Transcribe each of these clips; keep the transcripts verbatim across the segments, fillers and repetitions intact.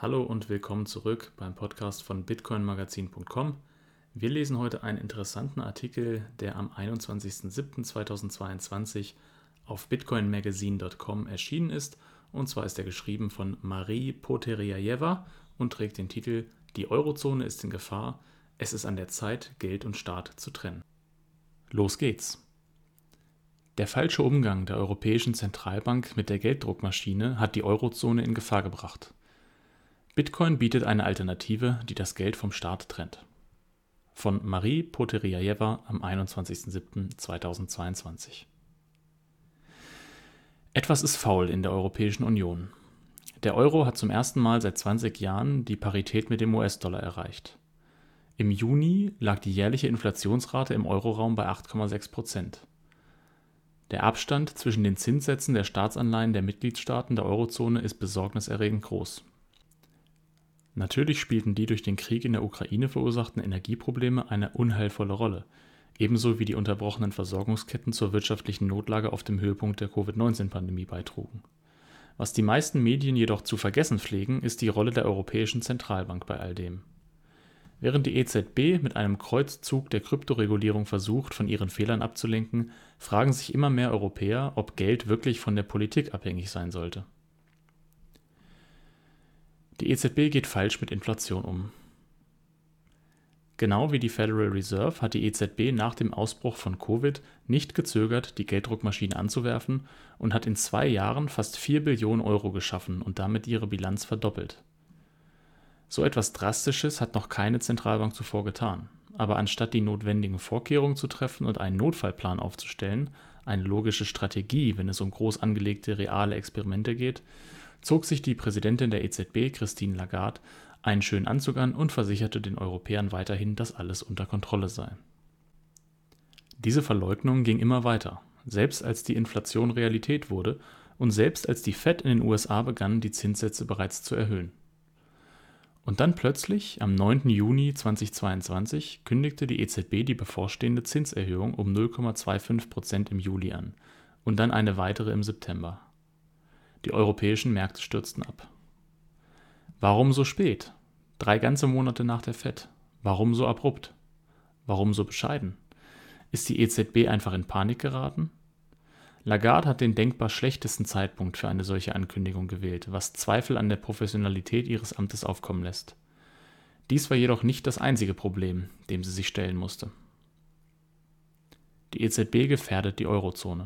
Hallo und willkommen zurück beim Podcast von bitcoin magazin punkt com. Wir lesen heute einen interessanten Artikel, der am einundzwanzigsten siebten zweitausendzweiundzwanzig auf bitcoin magazine punkt com erschienen ist. Und zwar ist er geschrieben von Marie Poteriajewa und trägt den Titel „Die Eurozone ist in Gefahr. Es ist an der Zeit, Geld und Staat zu trennen." Los geht's! Der falsche Umgang der Europäischen Zentralbank mit der Gelddruckmaschine hat die Eurozone in Gefahr gebracht. Bitcoin bietet eine Alternative, die das Geld vom Staat trennt. Von Marie Poteriajewa am einundzwanzigsten siebten zweitausendzweiundzwanzig. Etwas ist faul in der Europäischen Union. Der Euro hat zum ersten Mal seit zwanzig Jahren die Parität mit dem U S-Dollar erreicht. Im Juni lag die jährliche Inflationsrate im Euroraum bei acht Komma sechs Prozent. Der Abstand zwischen den Zinssätzen der Staatsanleihen der Mitgliedstaaten der Eurozone ist besorgniserregend groß. Natürlich spielten die durch den Krieg in der Ukraine verursachten Energieprobleme eine unheilvolle Rolle, ebenso wie die unterbrochenen Versorgungsketten zur wirtschaftlichen Notlage auf dem Höhepunkt der Covid neunzehn Pandemie beitrugen. Was die meisten Medien jedoch zu vergessen pflegen, ist die Rolle der Europäischen Zentralbank bei all dem. Während die E Z B mit einem Kreuzzug der Kryptoregulierung versucht, von ihren Fehlern abzulenken, fragen sich immer mehr Europäer, ob Geld wirklich von der Politik abhängig sein sollte. Die E Z B geht falsch mit Inflation um. Genau wie die Federal Reserve hat die E Z B nach dem Ausbruch von Covid nicht gezögert, die Gelddruckmaschine anzuwerfen und hat in zwei Jahren fast vier Billionen Euro geschaffen und damit ihre Bilanz verdoppelt. So etwas Drastisches hat noch keine Zentralbank zuvor getan. Aber anstatt die notwendigen Vorkehrungen zu treffen und einen Notfallplan aufzustellen, eine logische Strategie, wenn es um groß angelegte reale Experimente geht, zog sich die Präsidentin der E Z B, Christine Lagarde, einen schönen Anzug an und versicherte den Europäern weiterhin, dass alles unter Kontrolle sei. Diese Verleugnung ging immer weiter, selbst als die Inflation Realität wurde und selbst als die Fed in den U S A begann, die Zinssätze bereits zu erhöhen. Und dann plötzlich, am neunten Juni zweitausendzweiundzwanzig, kündigte die E Z B die bevorstehende Zinserhöhung um null Komma fünfundzwanzig Prozent im Juli an und dann eine weitere im September. Die europäischen Märkte stürzten ab. Warum so spät? Drei ganze Monate nach der Fed. Warum so abrupt? Warum so bescheiden? Ist die E Z B einfach in Panik geraten? Lagarde hat den denkbar schlechtesten Zeitpunkt für eine solche Ankündigung gewählt, was Zweifel an der Professionalität ihres Amtes aufkommen lässt. Dies war jedoch nicht das einzige Problem, dem sie sich stellen musste. Die E Z B gefährdet die Eurozone.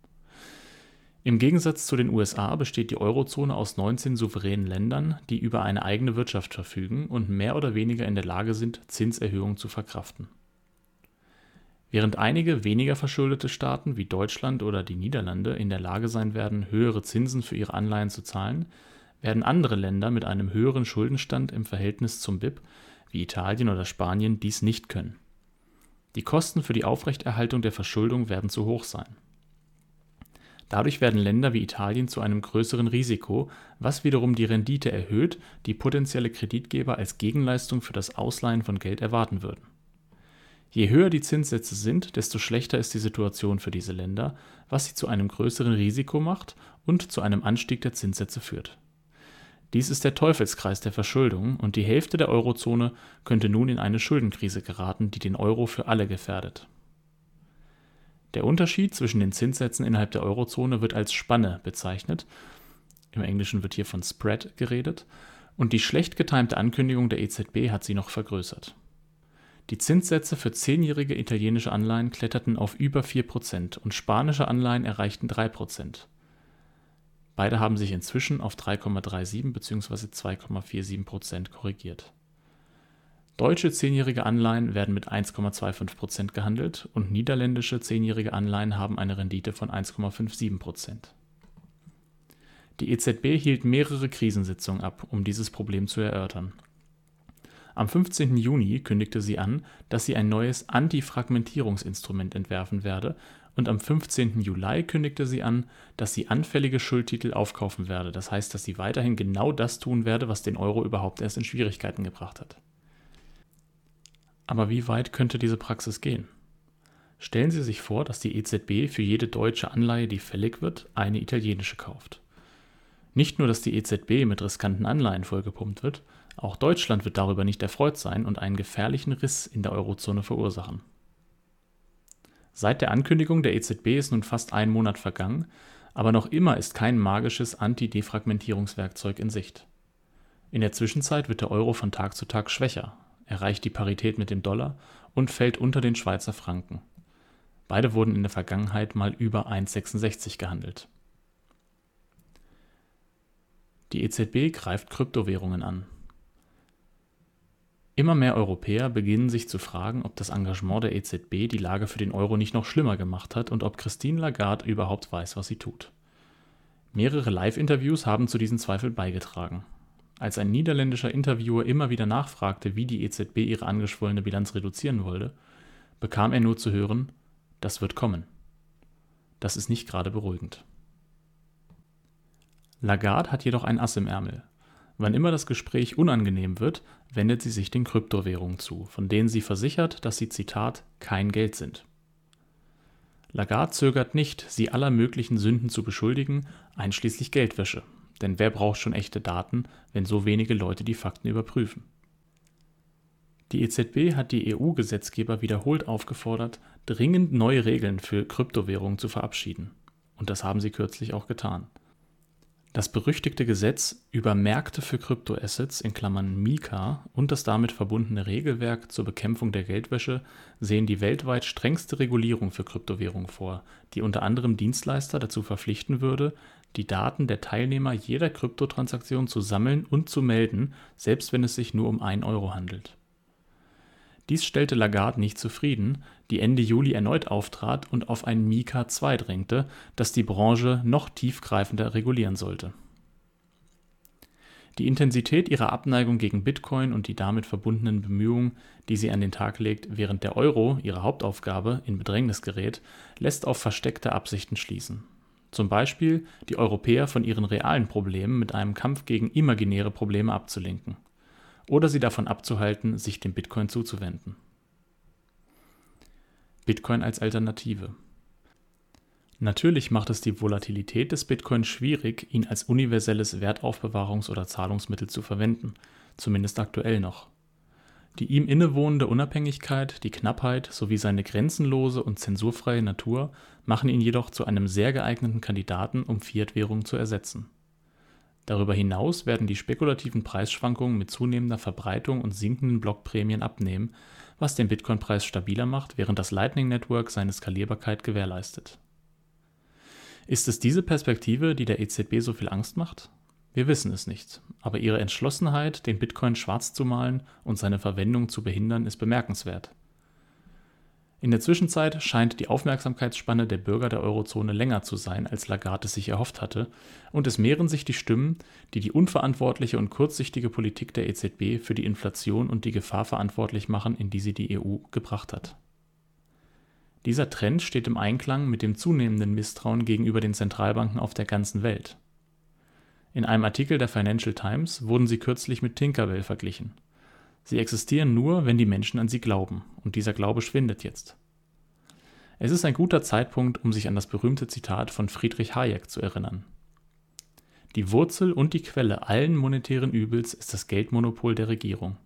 Im Gegensatz zu den U S A besteht die Eurozone aus neunzehn souveränen Ländern, die über eine eigene Wirtschaft verfügen und mehr oder weniger in der Lage sind, Zinserhöhungen zu verkraften. Während einige weniger verschuldete Staaten wie Deutschland oder die Niederlande in der Lage sein werden, höhere Zinsen für ihre Anleihen zu zahlen, werden andere Länder mit einem höheren Schuldenstand im Verhältnis zum B I P, wie Italien oder Spanien, dies nicht können. Die Kosten für die Aufrechterhaltung der Verschuldung werden zu hoch sein. Dadurch werden Länder wie Italien zu einem größeren Risiko, was wiederum die Rendite erhöht, die potenzielle Kreditgeber als Gegenleistung für das Ausleihen von Geld erwarten würden. Je höher die Zinssätze sind, desto schlechter ist die Situation für diese Länder, was sie zu einem größeren Risiko macht und zu einem Anstieg der Zinssätze führt. Dies ist der Teufelskreis der Verschuldung und die Hälfte der Eurozone könnte nun in eine Schuldenkrise geraten, die den Euro für alle gefährdet. Der Unterschied zwischen den Zinssätzen innerhalb der Eurozone wird als Spanne bezeichnet, im Englischen wird hier von Spread geredet, und die schlecht getimte Ankündigung der E Z B hat sie noch vergrößert. Die Zinssätze für zehnjährige italienische Anleihen kletterten auf über vier Prozent und spanische Anleihen erreichten drei Prozent. Beide haben sich inzwischen auf drei Komma siebenunddreißig bzw. zwei Komma siebenundvierzig Prozent korrigiert. Deutsche zehnjährige Anleihen werden mit eins Komma fünfundzwanzig Prozent gehandelt und niederländische zehnjährige Anleihen haben eine Rendite von eins Komma siebenundfünfzig Prozent. Die E Z B hielt mehrere Krisensitzungen ab, um dieses Problem zu erörtern. Am fünfzehnten Juni kündigte sie an, dass sie ein neues Antifragmentierungsinstrument entwerfen werde und am fünfzehnten Juli kündigte sie an, dass sie anfällige Schuldtitel aufkaufen werde, das heißt, dass sie weiterhin genau das tun werde, was den Euro überhaupt erst in Schwierigkeiten gebracht hat. Aber wie weit könnte diese Praxis gehen? Stellen Sie sich vor, dass die E Z B für jede deutsche Anleihe, die fällig wird, eine italienische kauft. Nicht nur, dass die E Z B mit riskanten Anleihen vollgepumpt wird, auch Deutschland wird darüber nicht erfreut sein und einen gefährlichen Riss in der Eurozone verursachen. Seit der Ankündigung der E Z B ist nun fast ein Monat vergangen, aber noch immer ist kein magisches Anti-Defragmentierungswerkzeug in Sicht. In der Zwischenzeit wird der Euro von Tag zu Tag schwächer, erreicht die Parität mit dem Dollar und fällt unter den Schweizer Franken. Beide wurden in der Vergangenheit mal über eins Komma sechsundsechzig gehandelt. Die E Z B greift Kryptowährungen an. Immer mehr Europäer beginnen sich zu fragen, ob das Engagement der E Z B die Lage für den Euro nicht noch schlimmer gemacht hat und ob Christine Lagarde überhaupt weiß, was sie tut. Mehrere Live-Interviews haben zu diesen Zweifeln beigetragen. Als ein niederländischer Interviewer immer wieder nachfragte, wie die E Z B ihre angeschwollene Bilanz reduzieren wollte, bekam er nur zu hören: Das wird kommen. Das ist nicht gerade beruhigend. Lagarde hat jedoch ein Ass im Ärmel. Wann immer das Gespräch unangenehm wird, wendet sie sich den Kryptowährungen zu, von denen sie versichert, dass sie, Zitat, kein Geld sind. Lagarde zögert nicht, sie aller möglichen Sünden zu beschuldigen, einschließlich Geldwäsche. Denn wer braucht schon echte Daten, wenn so wenige Leute die Fakten überprüfen? Die E Z B hat die E U-Gesetzgeber wiederholt aufgefordert, dringend neue Regeln für Kryptowährungen zu verabschieden. Und das haben sie kürzlich auch getan. Das berüchtigte Gesetz über Märkte für Kryptoassets in Klammern MiCA und das damit verbundene Regelwerk zur Bekämpfung der Geldwäsche sehen die weltweit strengste Regulierung für Kryptowährungen vor, die unter anderem Dienstleister dazu verpflichten würde, die Daten der Teilnehmer jeder Kryptotransaktion zu sammeln und zu melden, selbst wenn es sich nur um einen Euro handelt. Dies stellte Lagarde nicht zufrieden, die Ende Juli erneut auftrat und auf ein MiCA zwei drängte, das die Branche noch tiefgreifender regulieren sollte. Die Intensität ihrer Abneigung gegen Bitcoin und die damit verbundenen Bemühungen, die sie an den Tag legt, während der Euro, ihre Hauptaufgabe, in Bedrängnis gerät, lässt auf versteckte Absichten schließen. Zum Beispiel, die Europäer von ihren realen Problemen mit einem Kampf gegen imaginäre Probleme abzulenken. Oder sie davon abzuhalten, sich dem Bitcoin zuzuwenden. Bitcoin als Alternative. Natürlich macht es die Volatilität des Bitcoin schwierig, ihn als universelles Wertaufbewahrungs- oder Zahlungsmittel zu verwenden, zumindest aktuell noch. Die ihm innewohnende Unabhängigkeit, die Knappheit sowie seine grenzenlose und zensurfreie Natur machen ihn jedoch zu einem sehr geeigneten Kandidaten, um Fiat-Währungen zu ersetzen. Darüber hinaus werden die spekulativen Preisschwankungen mit zunehmender Verbreitung und sinkenden Blockprämien abnehmen, was den Bitcoin-Preis stabiler macht, während das Lightning Network seine Skalierbarkeit gewährleistet. Ist es diese Perspektive, die der E Z B so viel Angst macht? Wir wissen es nicht, aber ihre Entschlossenheit, den Bitcoin schwarz zu malen und seine Verwendung zu behindern, ist bemerkenswert. In der Zwischenzeit scheint die Aufmerksamkeitsspanne der Bürger der Eurozone länger zu sein, als Lagarde es sich erhofft hatte, und es mehren sich die Stimmen, die die unverantwortliche und kurzsichtige Politik der E Z B für die Inflation und die Gefahr verantwortlich machen, in die sie die E U gebracht hat. Dieser Trend steht im Einklang mit dem zunehmenden Misstrauen gegenüber den Zentralbanken auf der ganzen Welt. In einem Artikel der Financial Times wurden sie kürzlich mit Tinkerbell verglichen. Sie existieren nur, wenn die Menschen an sie glauben, und dieser Glaube schwindet jetzt. Es ist ein guter Zeitpunkt, um sich an das berühmte Zitat von Friedrich Hayek zu erinnern. Die Wurzel und die Quelle allen monetären Übels ist das Geldmonopol der Regierung.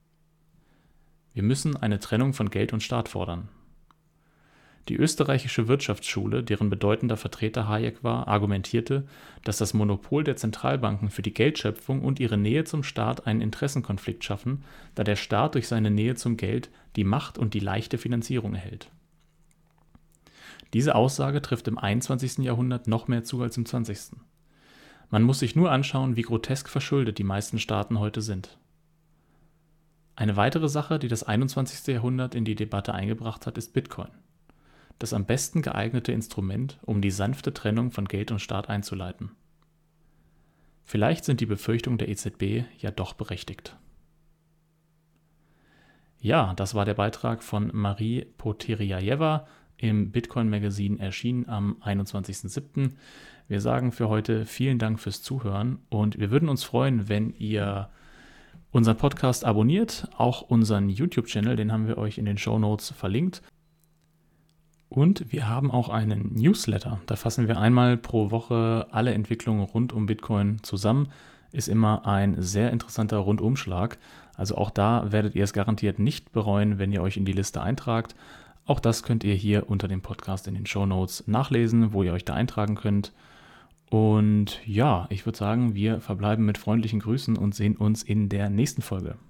Wir müssen eine Trennung von Geld und Staat fordern. Die österreichische Wirtschaftsschule, deren bedeutender Vertreter Hayek war, argumentierte, dass das Monopol der Zentralbanken für die Geldschöpfung und ihre Nähe zum Staat einen Interessenkonflikt schaffen, da der Staat durch seine Nähe zum Geld die Macht und die leichte Finanzierung erhält. Diese Aussage trifft im einundzwanzigsten Jahrhundert noch mehr zu als im zwanzigsten. Man muss sich nur anschauen, wie grotesk verschuldet die meisten Staaten heute sind. Eine weitere Sache, die das einundzwanzigste Jahrhundert in die Debatte eingebracht hat, ist Bitcoin. Das am besten geeignete Instrument, um die sanfte Trennung von Geld und Staat einzuleiten. Vielleicht sind die Befürchtungen der E Z B ja doch berechtigt. Ja, das war der Beitrag von Marie Poteriajewa im Bitcoin Magazine, erschienen am einundzwanzigsten siebten Wir sagen für heute vielen Dank fürs Zuhören und wir würden uns freuen, wenn ihr unseren Podcast abonniert, auch unseren YouTube-Channel, den haben wir euch in den Shownotes verlinkt. Und wir haben auch einen Newsletter. Da fassen wir einmal pro Woche alle Entwicklungen rund um Bitcoin zusammen. Ist immer ein sehr interessanter Rundumschlag. Also auch da werdet ihr es garantiert nicht bereuen, wenn ihr euch in die Liste eintragt. Auch das könnt ihr hier unter dem Podcast in den Shownotes nachlesen, wo ihr euch da eintragen könnt. Und ja, ich würde sagen, wir verbleiben mit freundlichen Grüßen und sehen uns in der nächsten Folge.